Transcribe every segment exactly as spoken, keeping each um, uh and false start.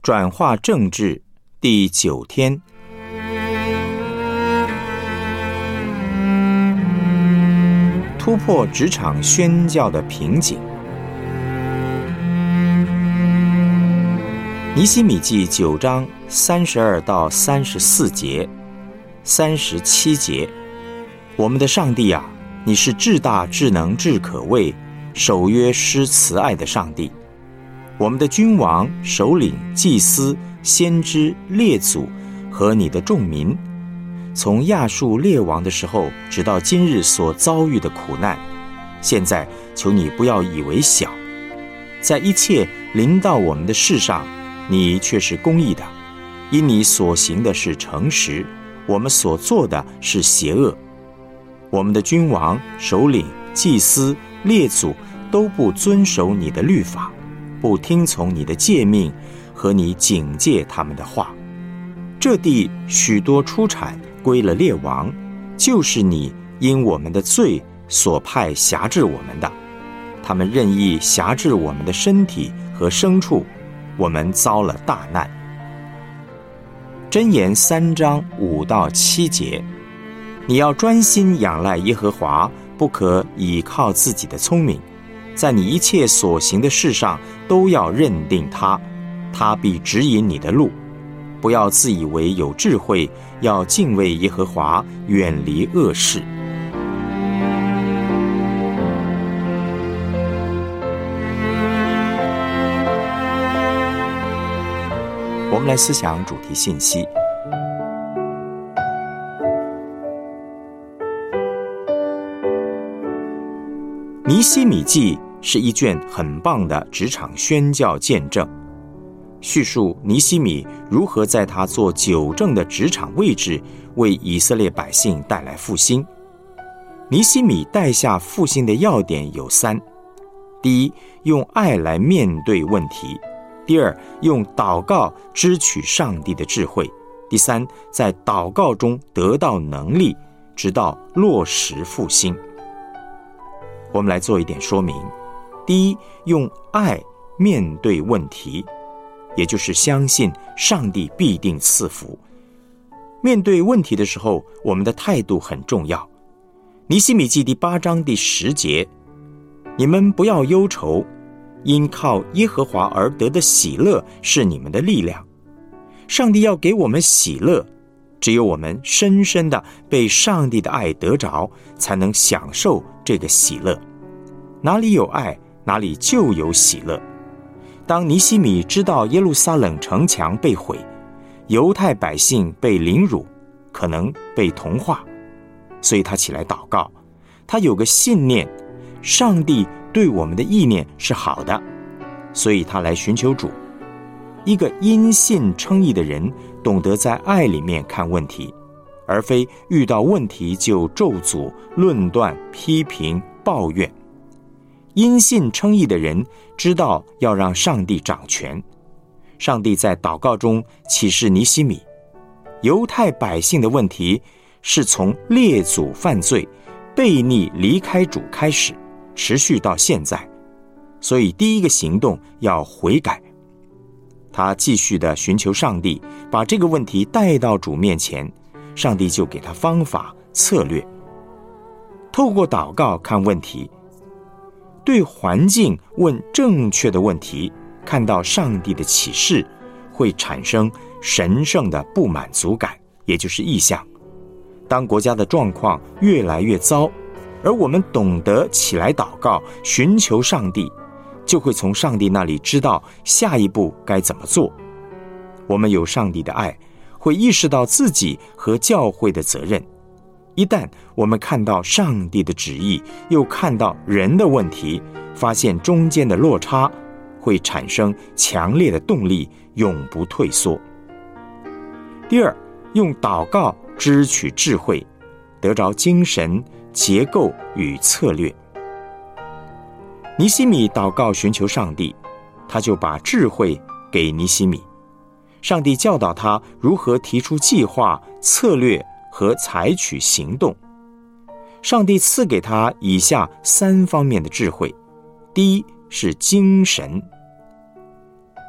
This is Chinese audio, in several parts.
转化政治第九天，突破职场宣教的瓶颈。尼希米记九章三十二到三十四节、三十七节，我们的上帝啊，你是至大、至能、至可畏，守约施慈爱的上帝。我们的君王、首领、祭司、先知、列祖和你的众民，从亚述列王的时候，直到今日所遭遇的苦难，现在求你不要以为小，在一切临到我们的事上，你却是公义的，因你所行的是诚实，我们所做的是邪恶。我们的君王、首领、祭司、列祖都不遵守你的律法，不听从你的诫命和你警戒他们的话。这地许多出产归了列王，就是你因我们的罪所派辖制我们的。他们任意辖制我们的身体和牲畜，我们遭了大难。箴言三章五到七节，你要专心仰赖耶和华，不可倚靠自己的聪明，在你一切所行的事上都要认定他，他必指引你的路。不要自以为有智慧，要敬畏耶和华，远离恶事。我们来思想主题信息。尼希米记是一卷很棒的职场宣教见证，叙述尼希米如何在他做九正的职场位置，为以色列百姓带来复兴。尼希米带下复兴的要点有三：第一，用爱来面对问题；第二，用祷告支取上帝的智慧；第三，在祷告中得到能力，直到落实复兴。我们来做一点说明。第一，用爱面对问题，也就是相信上帝必定赐福。面对问题的时候，我们的态度很重要。尼希米记第八章第十节，你们不要忧愁，因靠耶和华而得的喜乐是你们的力量。上帝要给我们喜乐，只有我们深深的被上帝的爱得着，才能享受这个喜乐。哪里有爱，哪里就有喜乐。当尼希米知道耶路撒冷城墙被毁，犹太百姓被凌辱，可能被同化，所以他起来祷告。他有个信念，上帝对我们的意念是好的，所以他来寻求主。一个因信称义的人，懂得在爱里面看问题，而非遇到问题就咒诅、论断、批评、抱怨。因信称义的人知道要让上帝掌权。上帝在祷告中启示尼希米，犹太百姓的问题是从列祖犯罪、悖逆离开主开始，持续到现在，所以第一个行动要悔改。他继续的寻求上帝，把这个问题带到主面前，上帝就给他方法策略。透过祷告看问题，对环境问正确的问题，看到上帝的启示，会产生神圣的不满足感，也就是异象。当国家的状况越来越糟，而我们懂得起来祷告，寻求上帝，就会从上帝那里知道下一步该怎么做。我们有上帝的爱，会意识到自己和教会的责任。一旦我们看到上帝的旨意，又看到人的问题，发现中间的落差，会产生强烈的动力，永不退缩。第二，用祷告支取智慧，得着精神、结构与策略。尼希米祷告寻求上帝，他就把智慧给尼希米。上帝教导他如何提出计划、策略和采取行动。上帝赐给他以下三方面的智慧。第一是精神。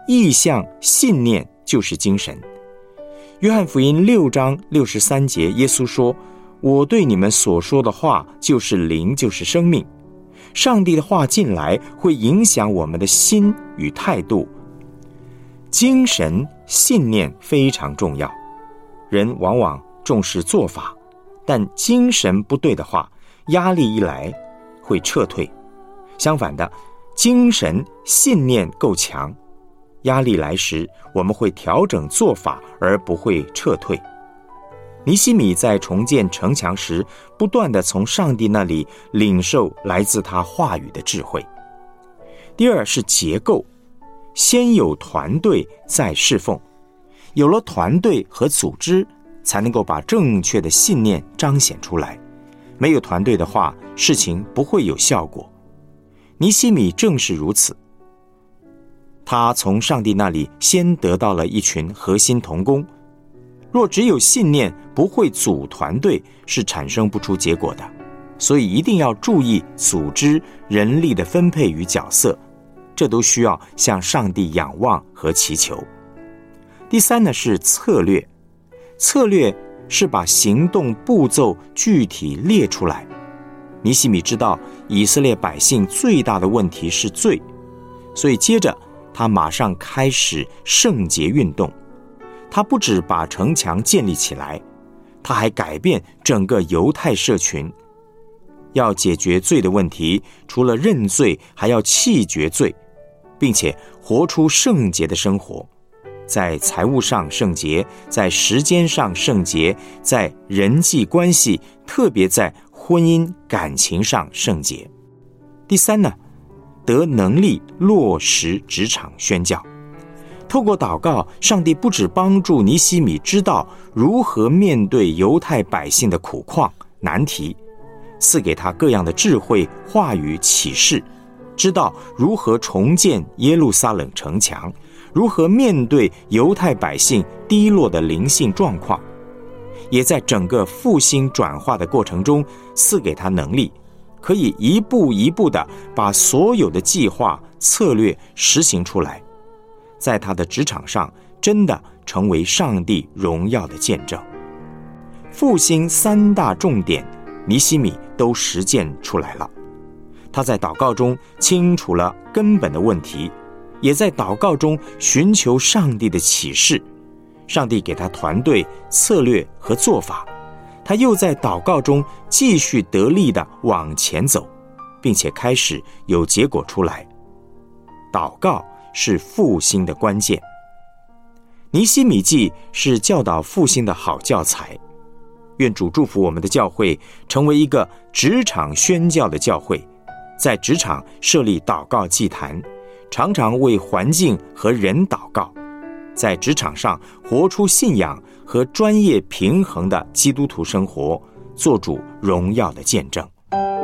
意象、信念就是精神。约翰福音六章六十三节，耶稣说：我对你们所说的话就是灵，就是生命。上帝的话进来，会影响我们的心与态度。精神、信念非常重要。人往往重视做法，但精神不对的话，压力一来会撤退。相反的，精神、信念够强，压力来时，我们会调整做法，而不会撤退。尼希米在重建城墙时，不断地从上帝那里领受来自他话语的智慧。第二是结构，先有团队，再侍奉。有了团队和组织，才能够把正确的信念彰显出来。没有团队的话，事情不会有效果。尼希米正是如此，他从上帝那里先得到了一群核心同工。若只有信念，不会组团队，是产生不出结果的。所以一定要注意组织、人力的分配与角色，这都需要向上帝仰望和祈求。第三呢是策略，策略是把行动步骤具体列出来。尼希米知道以色列百姓最大的问题是罪，所以接着他马上开始圣洁运动。他不只把城墙建立起来，他还改变整个犹太社群。要解决罪的问题，除了认罪，还要弃绝罪，并且活出圣洁的生活。在财务上圣洁，在时间上圣洁，在人际关系，特别在婚姻感情上圣洁。第三呢，得能力落实职场宣教。透过祷告，上帝不只帮助尼希米知道如何面对犹太百姓的苦况难题，赐给他各样的智慧、话语、启示，知道如何重建耶路撒冷城墙，如何面对犹太百姓低落的灵性状况，也在整个复兴转化的过程中赐给他能力，可以一步一步地把所有的计划、策略实行出来，在他的职场上真的成为上帝荣耀的见证。复兴三大重点，尼希米都实践出来了。他在祷告中清楚了根本的问题，也在祷告中寻求上帝的启示。上帝给他团队、策略和做法，他又在祷告中继续得力地往前走，并且开始有结果出来。祷告是复兴的关键。尼希米记是教导复兴的好教材。愿主祝福我们的教会成为一个职场宣教的教会，在职场设立祷告祭坛，常常为环境和人祷告，在职场上活出信仰和专业平衡的基督徒生活，做主荣耀的见证。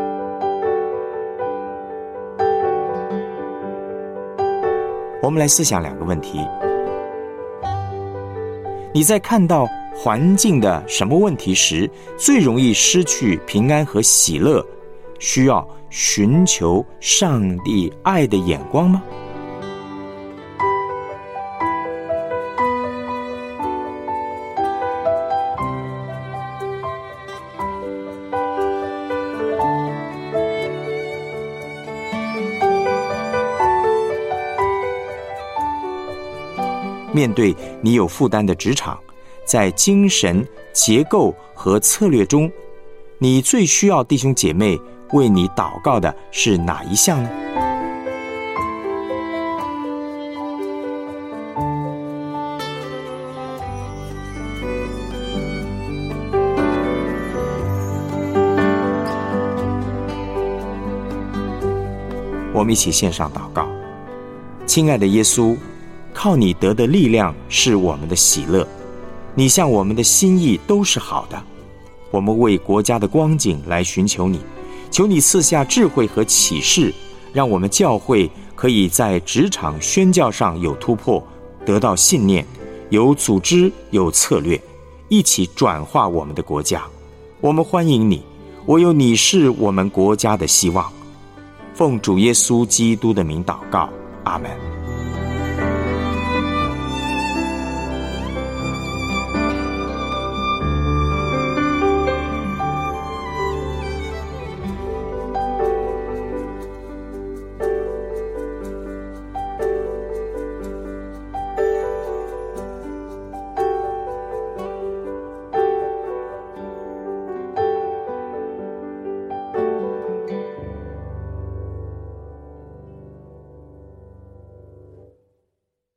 我们来思想两个问题。你在看到环境的什么问题时，最容易失去平安和喜乐，需要寻求上帝爱的眼光吗？面对你有负担的职场，在精神、结构和策略中，你最需要弟兄姐妹为你祷告的是哪一项呢？我们一起献上祷告。亲爱的耶稣，靠你得的力量是我们的喜乐，你向我们的心意都是好的。我们为国家的光景来寻求你，求你赐下智慧和启示，让我们教会可以在职场宣教上有突破，得到信念，有组织，有策略，一起转化我们的国家。我们欢迎你，唯有你是我们国家的希望。奉主耶稣基督的名祷告，阿们。